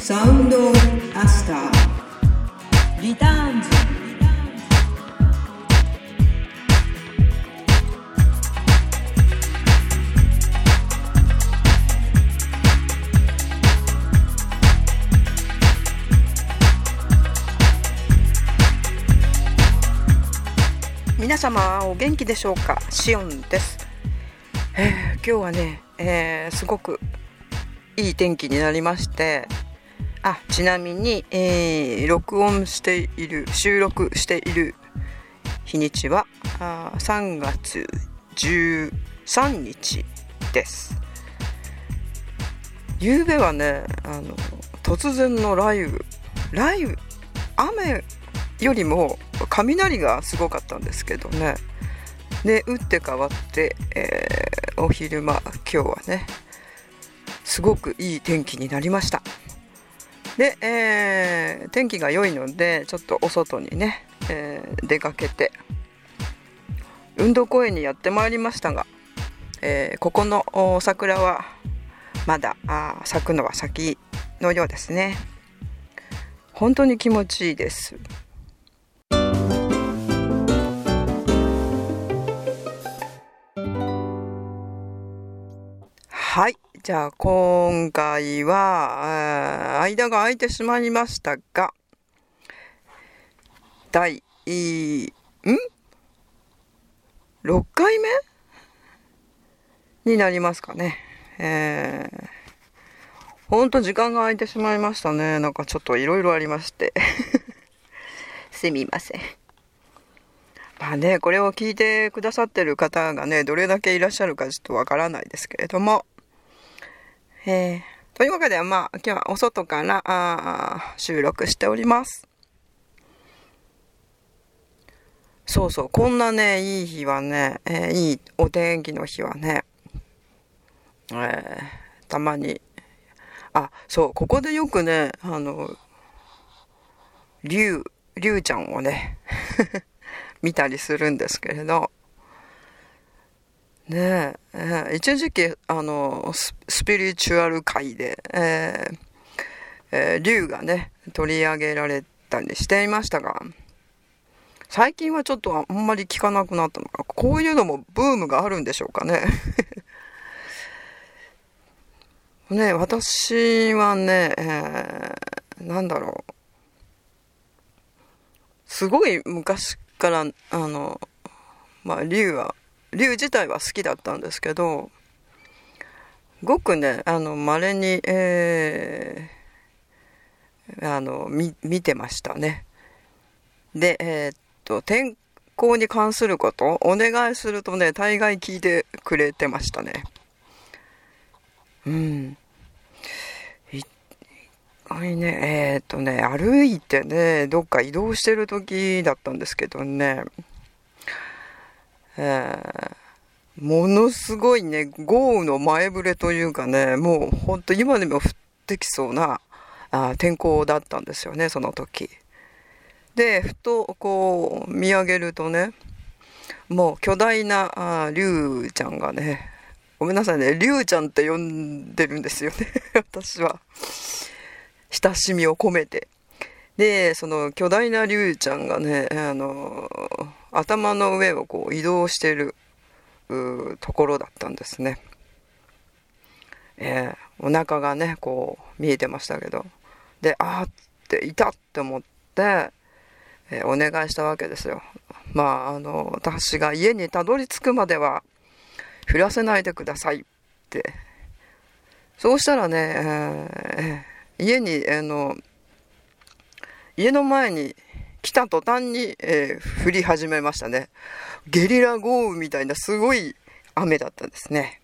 サウンドアスターリターンズ。皆様お元気でしょうか。シオンです。今日はね、すごくいい天気になりまして、ちなみに、収録している日にちは3月13日です。夕べはね、突然の雷雨、雨よりも雷がすごかったんですけどね。で、打って変わって、お昼間、今日はねすごくいい天気になりました。で、天気が良いのでちょっとお外にね、出かけて運動公園にやってまいりましたが、ここの桜はまだ咲くのは先のようですね。本当に気持ちいいです。はい、じゃあ今回は間が空いてしまいましたが、第6回目になりますかね。ほんと時間が空いてしまいましたね。なんかちょっといろいろありましてすみません。これを聞いてくださってる方がねどれだけいらっしゃるかちょっとわからないですけれども、というわけで今日はお外から収録しております。そう、こんなねいい日はね、いいお天気の日はね、たまにここでよくねリュウちゃんをね見たりするんですけれどね、一時期スピリチュアル界で、竜がね取り上げられたりしていましたが、最近はちょっとあんまり聞かなくなったのか。こういうのもブームがあるんでしょうかねね、私はね、なんだろう、すごい昔から竜自体は好きだったんですけど、ごくね稀に、見てましたね。で天候に関することをお願いするとね大概聞いてくれてましたね。歩いてねどっか移動してる時だったんですけどね、ものすごいね豪雨の前触れというかね、もうほんと今でも降ってきそうな天候だったんですよね、その時で。ふとこう見上げるとね、もう巨大な竜ちゃんがね、ごめんなさいね、竜ちゃんって呼んでるんですよね私は親しみを込めて。でその巨大な竜ちゃんがね頭の上をこう移動しているところだったんですね。お腹がねこう見えてましたけど、でっていたって思って、お願いしたわけですよ。私が家にたどり着くまでは降らせないでくださいって。そうしたらね、家の前に来た途端に、降り始めましたね。ゲリラ豪雨みたいなすごい雨だったんですね。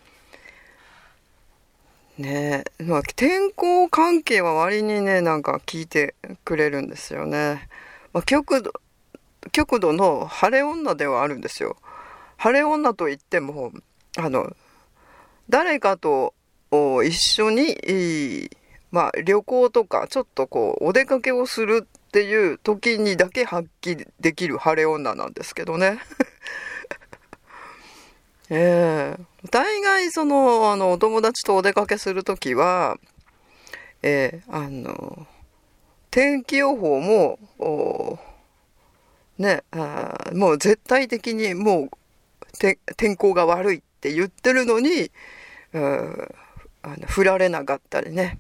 天候関係は割にねなんか聞いてくれるんですよね。極度の晴れ女ではあるんですよ。晴れ女といっても誰かと一緒に旅行とかちょっとこうお出かけをするっていう時にだけ発揮できる晴れ女なんですけどね大概お友達とお出かけするときは天気予報ももう絶対的にもう天候が悪いって言ってるのに降られなかったりね、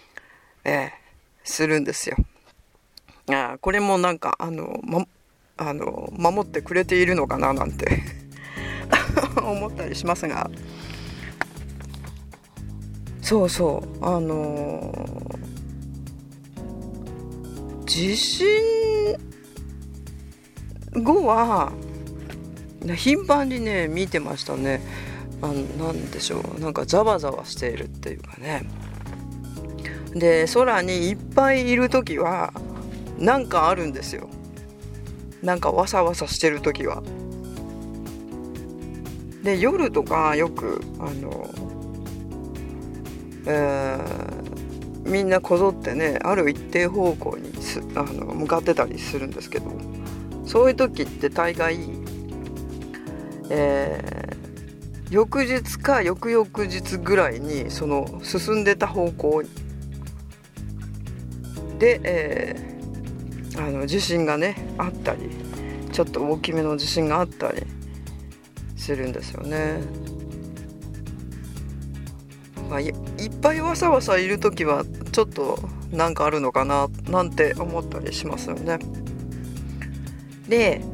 するんですよ。これもなんか守ってくれているのかななんて思ったりしますが、そうそう地震後は頻繁にね見てましたね。なんでしょう、なんかざわざわしているっていうかね。で空にいっぱいいる時はなんかあるんですよ。なんかわさわさしてる時は。で夜とかよくみんなこぞってねある一定方向に向かってたりするんですけど、そういう時って大概、翌日か翌々日ぐらいにその進んでた方向で、地震がねあったり、ちょっと大きめの地震があったりするんですよね。いっぱいわさわさいるときはちょっとなんかあるのかななんて思ったりしますよね。で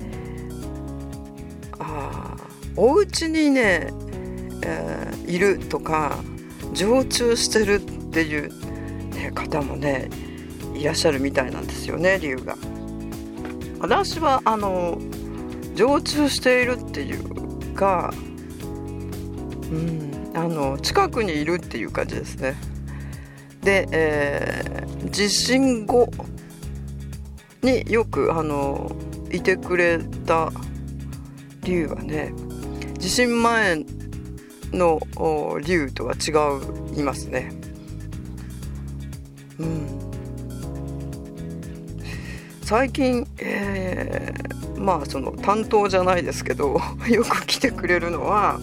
お家にね、いるとか常駐してるっていう、方もねいらっしゃるみたいなんですよね、理由が。私は常駐しているっていうか、近くにいるっていう感じですね。で、地震後によくいてくれた理由はね、地震前の理由とは違いますね。最近、その担当じゃないですけどよく来てくれるのは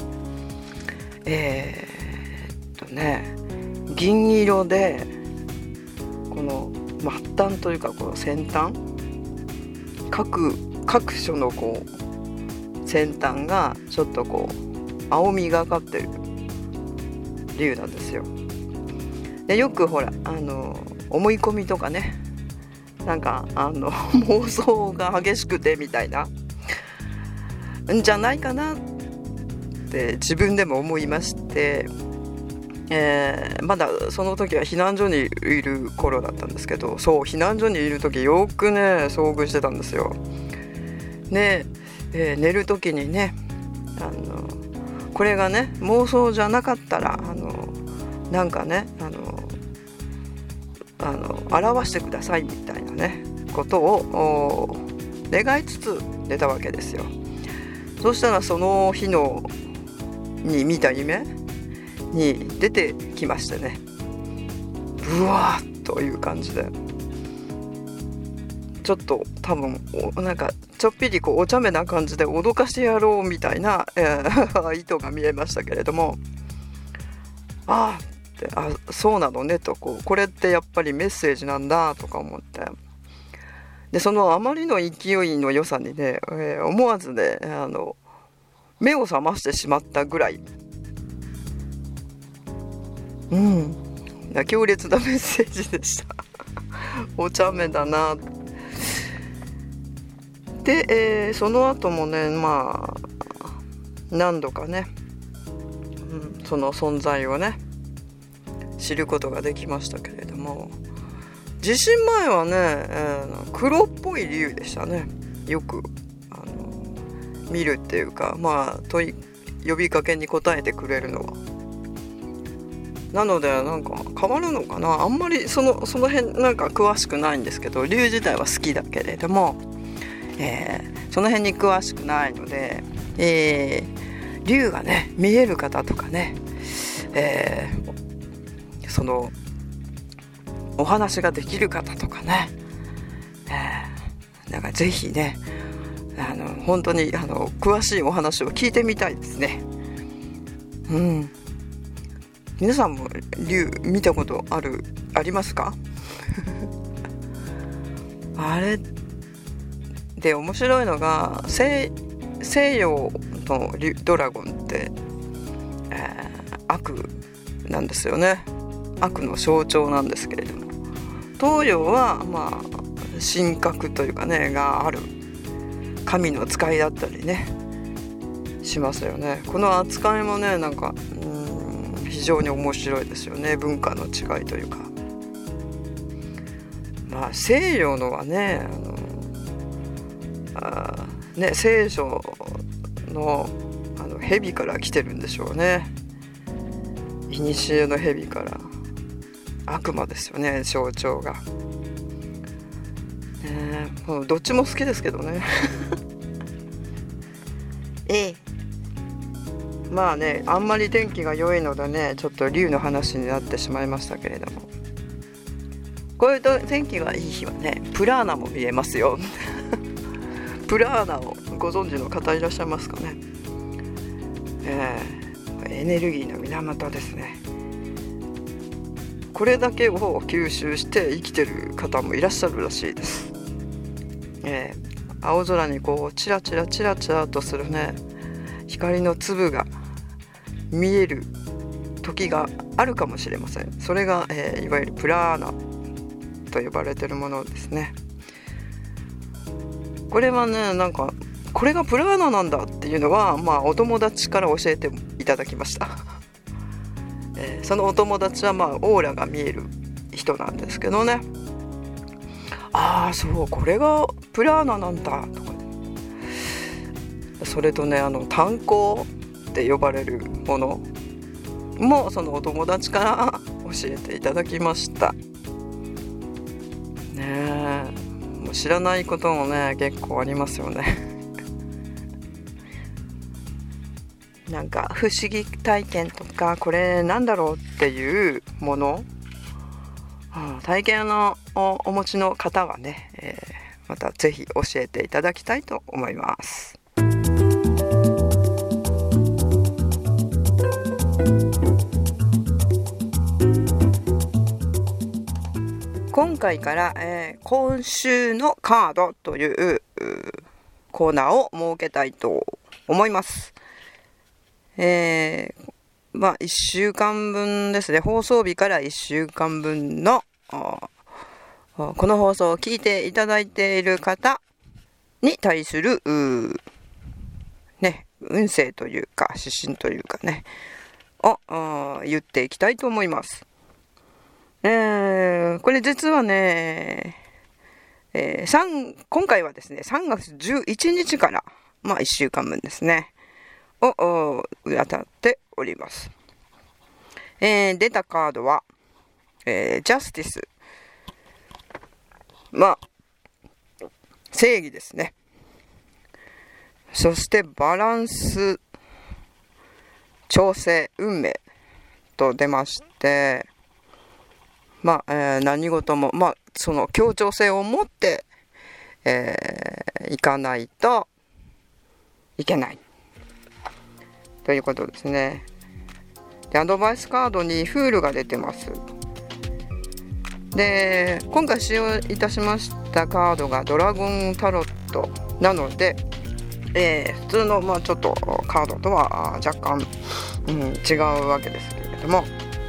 銀色でこの末端というかこの先端各所のこう先端がちょっとこう青みがかってる竜なんですよ。でよくほら思い込みとかね、なんか妄想が激しくてみたいなんじゃないかなって自分でも思いまして、まだその時は避難所にいる頃だったんですけど、そう避難所にいる時よくね遭遇してたんですよ。で、寝る時にねこれがね妄想じゃなかったらなんかね表してくださいみたいなねことを願いつつ寝たわけですよ。そしたらその日に見た夢に出てきましてね、ブワーという感じで、ちょっと多分なんかちょっぴりこうお茶目な感じで脅かしてやろうみたいな、意図が見えましたけれども、そうなのねとこれってやっぱりメッセージなんだとか思って、でそのあまりの勢いの良さにね、思わずね目を覚ましてしまったぐらい、強烈なメッセージでしたお茶目だなで、その後もね何度かね、その存在をね知ることができましたけれども、地震前はね、黒っぽい竜でしたね。よく見るっていうか、呼びかけに応えてくれるのは。なのでなんか変わるのかな、あんまりその辺なんか詳しくないんですけど、竜自体は好きだけれども、その辺に詳しくないので、竜がね見える方とかね、そのお話ができる方とかね、なんかぜひね本当に詳しいお話を聞いてみたいですね。 皆さんも竜見たことありますか？あれで面白いのが西洋のドラゴンって、悪なんですよね。悪の象徴なんですけれども、東洋は神格というかねがある神の使いだったりねしますよね。この扱いもねなんか非常に面白いですよね。文化の違いというか、西洋のはね聖書の蛇から来てるんでしょうね。古の蛇から悪魔ですよね、象徴が。もうどっちも好きですけどね。あんまり天気が良いのでねちょっと竜の話になってしまいましたけれども、こういうと天気がいい日はねプラーナも見えますよ。プラーナをご存知の方いらっしゃいますかね。エネルギーの源ですね。これだけを吸収して生きてる方もいらっしゃるらしいです。青空にこうチラチラチラチラとするね光の粒が見える時があるかもしれません。それが、いわゆるプラーナと呼ばれているものですね。これはねなんかこれがプラーナなんだっていうのはお友達から教えていただきました。そのお友達はオーラが見える人なんですけどね、そうこれがプラーナなんだとか、それとね炭鉱って呼ばれるものもそのお友達から教えていただきましたね。もう知らないこともね結構ありますよね。なんか不思議体験とかこれなんだろうっていうもの、体験のお持ちの方はね、またぜひ教えていただきたいと思います。今回から、今週のカードというコーナーを設けたいと思います。1週間分ですね。放送日から1週間分のこの放送を聞いていただいている方に対する運勢というか指針というかねを言っていきたいと思います。これ実はね、今回はですね3月11日から1週間分ですねを当たっております。出たカードは、ジャスティス、正義ですね。そしてバランス、調整、運命と出まして、何事もその協調性を持って、いかないといけないということですね。でアドバイスカードにフールが出てます。で今回使用いたしましたカードがドラゴンタロットなので、普通のちょっとカードとは若干、違うわけですけれども、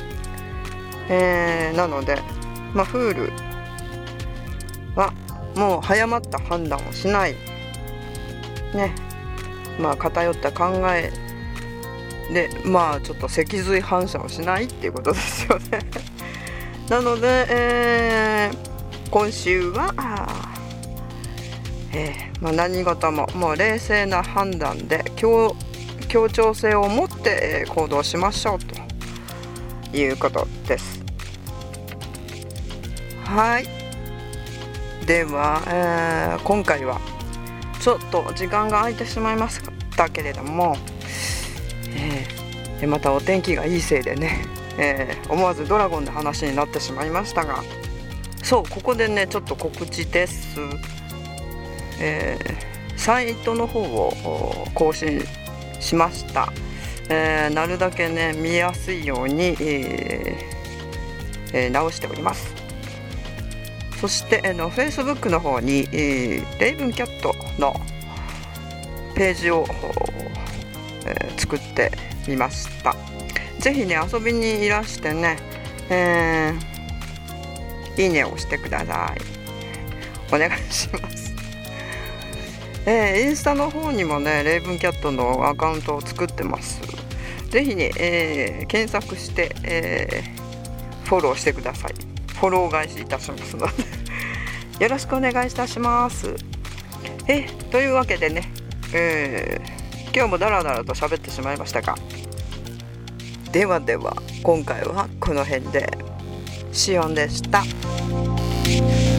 なのでフールはもう早まった判断をしないね、偏った考えでちょっと脊髄反射をしないっていうことですよね。なので、今週は何事ももう冷静な判断で協調性を持って、行動しましょうということです。はい。では、今回はちょっと時間が空いてしまいましたけれども、またお天気がいいせいでね、思わずドラゴンの話になってしまいましたが、ここでねちょっと告知です。サイトの方を更新しました。 なるだけね見やすいように、直しております。そしてFacebook の方に、レイブンキャットのページを、作ってみました。ぜひね遊びにいらしてね、いいねを押してください。お願いします。インスタの方にもねレイブンキャットのアカウントを作ってます。ぜひね、検索して、フォローしてください。フォロー返しいたしますのでよろしくお願いいたします。というわけでね、今日もダラダラと喋ってしまいましたが、ではでは今回はこの辺で。シオンでした。